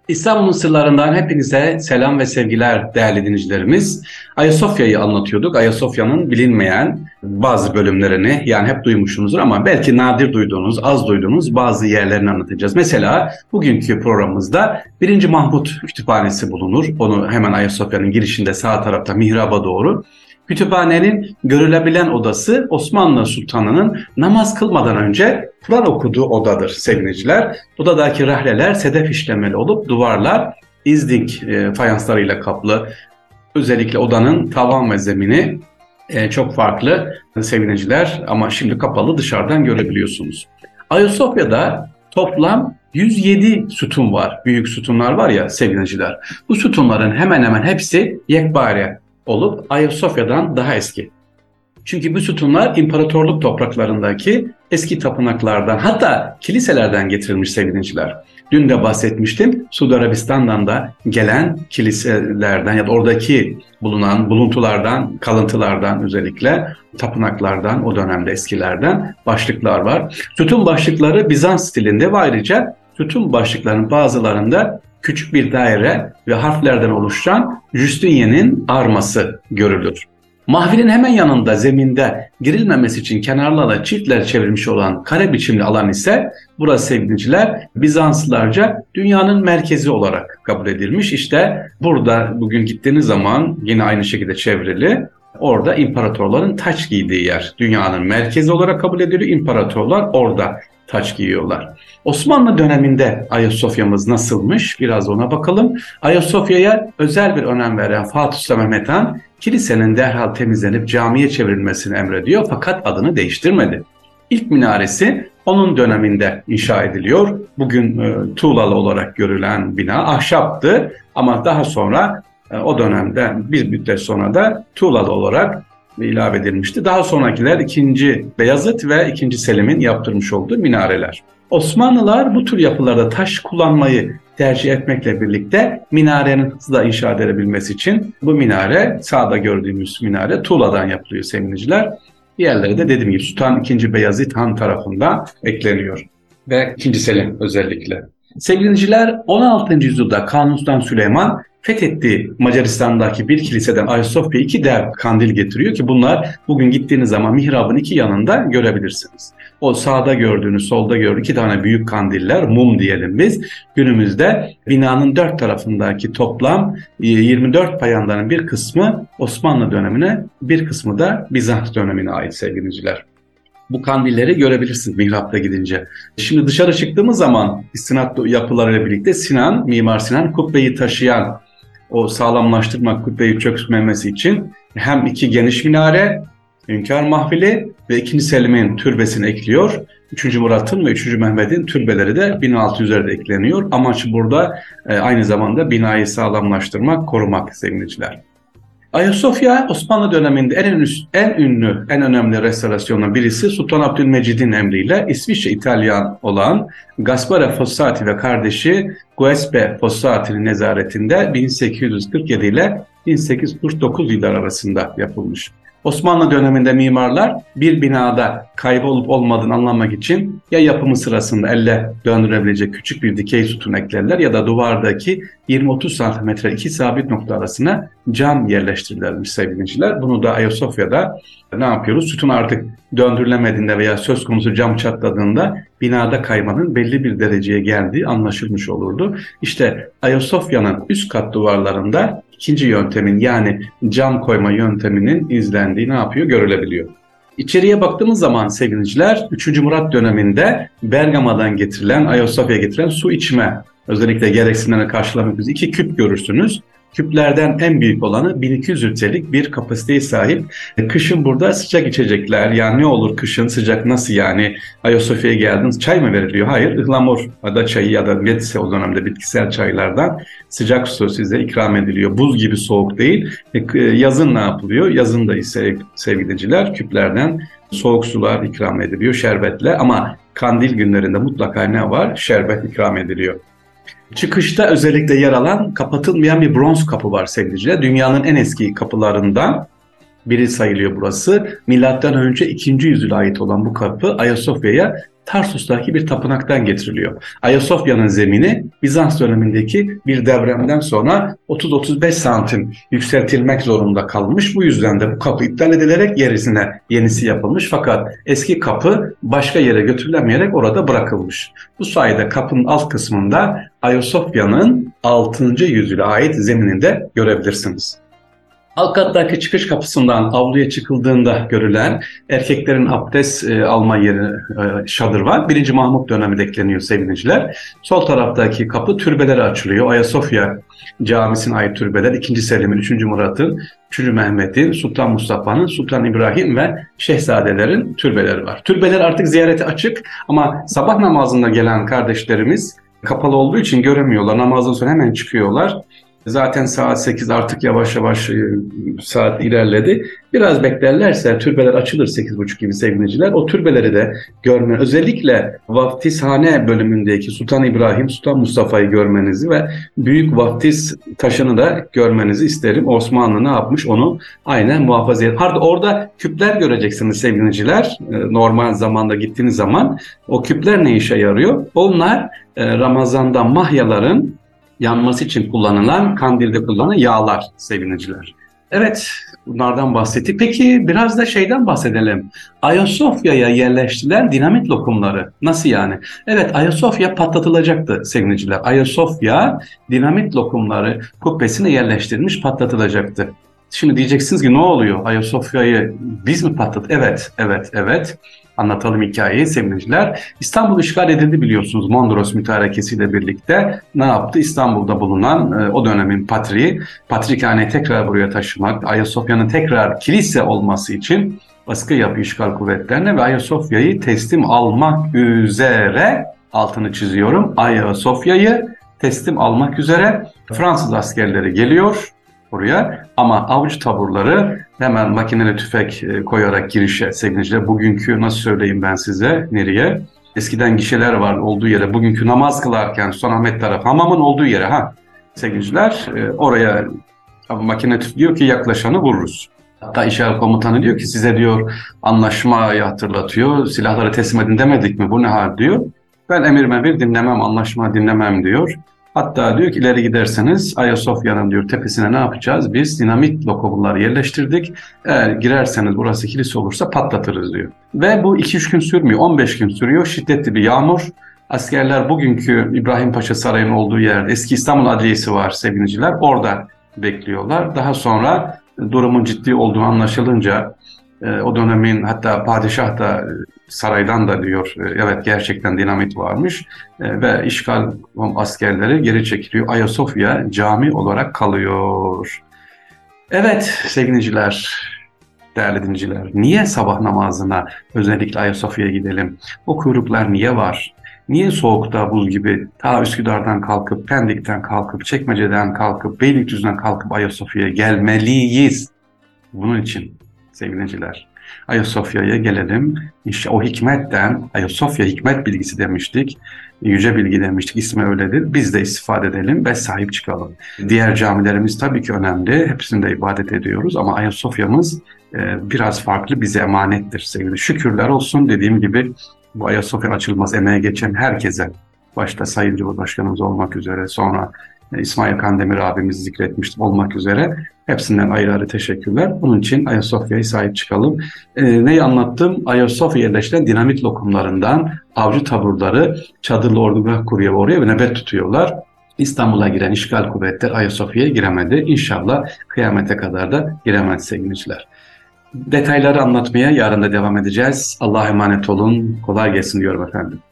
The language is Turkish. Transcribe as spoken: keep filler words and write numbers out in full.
İstanbul'un sırlarından hepinize selam ve sevgiler değerli dinleyicilerimiz. Ayasofya'yı anlatıyorduk. Ayasofya'nın bilinmeyen bazı bölümlerini, yani hep duymuşsunuzdur ama belki nadir duyduğunuz, az duyduğunuz bazı yerlerini anlatacağız. Mesela bugünkü programımızda birinci. Mahmut Kütüphanesi bulunur. Onu hemen Ayasofya'nın girişinde sağ tarafta mihraba doğru. Kütüphanenin görülebilen odası Osmanlı Sultanı'nın namaz kılmadan önce Kur'an okuduğu odadır sevgiliciler. Odadaki rahleler sedef işlemeli olup duvarlar İzding e, fayanslarıyla kaplı. Özellikle odanın tavan ve zemini e, çok farklı sevgiliciler ama şimdi kapalı, dışarıdan görebiliyorsunuz. Ayasofya'da toplam yüz yedi sütun var. Büyük sütunlar var ya sevgiliciler. Bu sütunların hemen hemen hepsi yekpare olup Ayasofya'dan daha eski. Çünkü bu sütunlar imparatorluk topraklarındaki eski tapınaklardan, hatta kiliselerden getirilmiş sevgiliciler. Dün de bahsetmiştim. Suudi Arabistan'dan da gelen kiliselerden ya da oradaki bulunan buluntulardan, kalıntılardan, özellikle tapınaklardan, o dönemde eskilerden başlıklar var. Sütun başlıkları Bizans stilinde ve ayrıca sütun başlıklarının bazılarında küçük bir daire ve harflerden oluşan Justinian'in arması görülür. Mahfilin hemen yanında zeminde girilmemesi için kenarlarla çiftler çevirmiş olan kare biçimli alan ise burası sevgiliciler Bizanslılarca dünyanın merkezi olarak kabul edilmiş. İşte burada bugün gittiğiniz zaman yine aynı şekilde çevrili, orada imparatorların taç giydiği yer. Dünyanın merkezi olarak kabul ediliyor. İmparatorlar orada taç giyiyorlar. Osmanlı döneminde Ayasofya'mız nasılmış? Biraz ona bakalım. Ayasofya'ya özel bir önem veren Fatih Sultan Mehmet Han, kilisenin derhal temizlenip camiye çevrilmesini emrediyor fakat adını değiştirmedi. İlk minaresi onun döneminde inşa ediliyor. Bugün e, tuğlalı olarak görülen bina ahşaptı ama daha sonra e, o dönemden bir müddet sonra da tuğlalı olarak ilave edilmişti. Daha sonrakiler ikinci. Beyazıt ve ikinci. Selim'in yaptırmış olduğu minareler. Osmanlılar bu tür yapılarda taş kullanmayı tercih etmekle birlikte minarenin hızla inşa edilebilmesi için bu minare, sağda gördüğümüz minare tuğladan yapılıyor sevgiliciler. Diğerleri de dediğim gibi Sultan ikinci. Beyazıt Han tarafından ekleniyor ve ikinci. Selim özellikle. Sevgiliciler on altıncı yüzyılda Kanuni Sultan Süleyman fethettiği Macaristan'daki bir kiliseden Ayasofya'ya iki dev kandil getiriyor ki bunlar bugün gittiğiniz zaman mihrabın iki yanında görebilirsiniz. O sağda gördüğünüz, solda gördüğünüz iki tane büyük kandiller, mum diyelim biz, günümüzde binanın dört tarafındaki toplam yirmi dört payandanın bir kısmı Osmanlı dönemine, bir kısmı da Bizans dönemine ait sevgiliciler. Bu kandilleri görebilirsiniz mihrapta gidince. Şimdi dışarı çıktığımız zaman istinat yapılarıyla birlikte Sinan, Mimar Sinan kubbeyi taşıyan, o sağlamlaştırmak, kubbeyi çökmemesi için hem iki geniş minare, Hünkâr Mahfili ve ikinci. Selim'in türbesini ekliyor. üçüncü. Murat'ın ve üçüncü. Mehmet'in türbeleri de bin altı yüzlerde ekleniyor. Amaç burada e, aynı zamanda binayı sağlamlaştırmak, korumak sevgiliciler. Ayasofya Osmanlı döneminde en ünlü, en ünlü, en önemli restorasyonun birisi Sultan Abdülmecid'in emriyle İsviçre İtalyan olan Gaspare Fossati ve kardeşi Giuseppe Fossati'nin nezaretinde bin sekiz yüz kırk yedi ile bin sekiz yüz kırk dokuz yılları arasında yapılmış. Osmanlı döneminde mimarlar bir binada kaybolup olmadığını anlamak için ya yapımı sırasında elle döndürebilecek küçük bir dikey sütun eklerler ya da duvardaki yirmi otuz santimetre iki sabit nokta arasına cam yerleştirirlermiş sevgiliciler. Bunu da Ayasofya'da ne yapıyoruz? Sütun artık döndürülemediğinde veya söz konusu cam çatladığında binada kaymanın belli bir dereceye geldiği anlaşılmış olurdu. İşte Ayasofya'nın üst kat duvarlarında ikinci yöntemin, yani cam koyma yönteminin izlendiği ne yapıyor? Görülebiliyor. İçeriye baktığımız zaman sevgiliciler üçüncü. Murat döneminde Bergama'dan getirilen, Ayasofya'ya getirilen su içme, özellikle gereksinimlerini karşılamak üzere iki küp görürsünüz. Küplerden en büyük olanı bin iki yüz litrelik bir kapasiteye sahip. Kışın burada sıcak içecekler, yani ne olur kışın sıcak nasıl yani? Ayasofya'ya geldiniz, çay mı veriliyor? Hayır, ıhlamur ada çayı ya da medise, o dönemde bitkisel çaylardan sıcak su size ikram ediliyor. Buz gibi soğuk değil. Yazın ne yapılıyor? Yazın da ise sevgiliciler küplerden soğuk sular ikram ediliyor şerbetle, ama kandil günlerinde mutlaka ne var? Şerbet ikram ediliyor. Çıkışta özellikle yer alan kapatılmayan bir bronz kapı var sevgiliciler. Dünyanın en eski kapılarından biri sayılıyor burası. Milattan önce ikinci yüzyıla ait olan bu kapı Ayasofya'ya Tarsus'taki bir tapınaktan getiriliyor. Ayasofya'nın zemini Bizans dönemindeki bir depremden sonra otuz otuz beş santim yükseltilmek zorunda kalmış. Bu yüzden de bu kapı iptal edilerek yerisine yenisi yapılmış. Fakat eski kapı başka yere götürülemeyerek orada bırakılmış. Bu sayede kapının alt kısmında Ayasofya'nın altıncı yüzyıla ait zeminini de görebilirsiniz. Alt kattaki çıkış kapısından avluya çıkıldığında görülen erkeklerin abdest e, alma yeri e, şadır var. Birinci Mahmut dönemi ekleniyor sevgiliciler. Sol taraftaki kapı türbelere açılıyor. Ayasofya Camisi'ne ait türbeler ikinci. Selim'in, üçüncü. Murat'ın, üçüncü. Mehmet'in, Sultan Mustafa'nın, Sultan İbrahim ve Şehzadelerin türbeleri var. Türbeler artık ziyarete açık ama sabah namazında gelen kardeşlerimiz kapalı olduğu için göremiyorlar. Namazdan sonra hemen çıkıyorlar. Zaten saat sekiz, artık yavaş yavaş saat ilerledi. Biraz beklerlerse türbeler açılır sekiz buçuk gibi sevgiliciler. O türbeleri de görme, özellikle vaftizhane bölümündeki Sultan İbrahim, Sultan Mustafa'yı görmenizi ve büyük vaftiz taşını da görmenizi isterim. Osmanlı ne yapmış onu aynen muhafaza edin. Orada küpler göreceksiniz sevgiliciler. Normal zamanda gittiğiniz zaman o küpler ne işe yarıyor? Onlar Ramazan'da mahyaların yanması için kullanılan, kandilde kullanılan yağlar sevgiliciler. Evet, bunlardan bahsettik. Peki biraz da şeyden bahsedelim. Ayasofya'ya yerleştirilen dinamit lokumları. Nasıl yani? Evet, Ayasofya patlatılacaktı sevgiliciler. Ayasofya dinamit lokumları kubbesine yerleştirilmiş, patlatılacaktı. Şimdi diyeceksiniz ki ne oluyor? Ayasofya'yı biz mi patlattık? Evet, evet, evet. Anlatalım hikayeyi sevgiliciler. İstanbul işgal edildi biliyorsunuz. Mondros mütarekesiyle birlikte ne yaptı? İstanbul'da bulunan e, o dönemin patriği, Patrikhane'yi tekrar buraya taşımak, Ayasofya'nın tekrar kilise olması için baskı yapıyor işgal kuvvetlerine ve Ayasofya'yı teslim almak üzere, altını çiziyorum, Ayasofya'yı teslim almak üzere Fransız askerleri geliyor buraya ama avcı taburları hemen makineli tüfek koyarak girişe sevgiliciler. Bugünkü nasıl söyleyeyim ben size nereye? Eskiden gişeler vardı olduğu yere, bugünkü namaz kılarken Sultanahmet tarafı hamamın olduğu yere ha sevgiliciler oraya makine tüfek diyor ki yaklaşanı vururuz. Hatta işaret komutanı diyor ki size diyor anlaşmayı hatırlatıyor. Silahları teslim edin demedik mi? Bu ne hal diyor. Ben emir memir dinlemem, anlaşma dinlemem diyor. Hatta diyor ki ileri giderseniz Ayasofya'nın diyor tepesine ne yapacağız? Biz dinamit lokumları yerleştirdik. Eğer girerseniz burası kilise olursa patlatırız diyor. Ve bu iki üç gün sürmüyor, on beş gün sürüyor. Şiddetli bir yağmur. Askerler bugünkü İbrahim Paşa Sarayı'nın olduğu yerde, eski İstanbul Adliyesi var sevgiliciler. Orada bekliyorlar. Daha sonra durumun ciddi olduğu anlaşılınca o dönemin hatta padişah da saraydan da diyor evet gerçekten dinamit varmış ve işgal askerleri geri çekiliyor. Ayasofya cami olarak kalıyor. Evet sevgiliciler, değerli dinleyiciler, niye sabah namazına özellikle Ayasofya'ya gidelim? O kuyruklar niye var? Niye soğukta buz gibi ta Üsküdar'dan kalkıp, Pendik'ten kalkıp, Çekmece'den kalkıp, Beylikdüzü'nden kalkıp Ayasofya'ya gelmeliyiz? Bunun için sevgiliciler, Ayasofya'ya gelelim. İşte o hikmetten, Ayasofya hikmet bilgisi demiştik, yüce bilgi demiştik, ismi öyledir. Biz de istifade edelim ve sahip çıkalım. Diğer camilerimiz tabii ki önemli, hepsinde ibadet ediyoruz ama Ayasofya'mız e, biraz farklı, bize emanettir sevgili. Şükürler olsun dediğim gibi bu Ayasofya açılması emeğe geçen herkese, başta Sayın Cumhurbaşkanımız olmak üzere, sonra İsmail Kandemir abimizi zikretmiştim olmak üzere. Hepsinden ayrı ayrı teşekkürler. Bunun için Ayasofya'ya sahip çıkalım. Ee, neyi anlattım? Ayasofya'ya yerleştirilen dinamit lokumlarından avcı taburları çadırlı ordular kuruyor oraya ve nöbet tutuyorlar. İstanbul'a giren işgal kuvvetleri Ayasofya'ya giremedi. İnşallah kıyamete kadar da giremez sevgiliciler. Detayları anlatmaya yarın da devam edeceğiz. Allah'a emanet olun. Kolay gelsin diyorum efendim.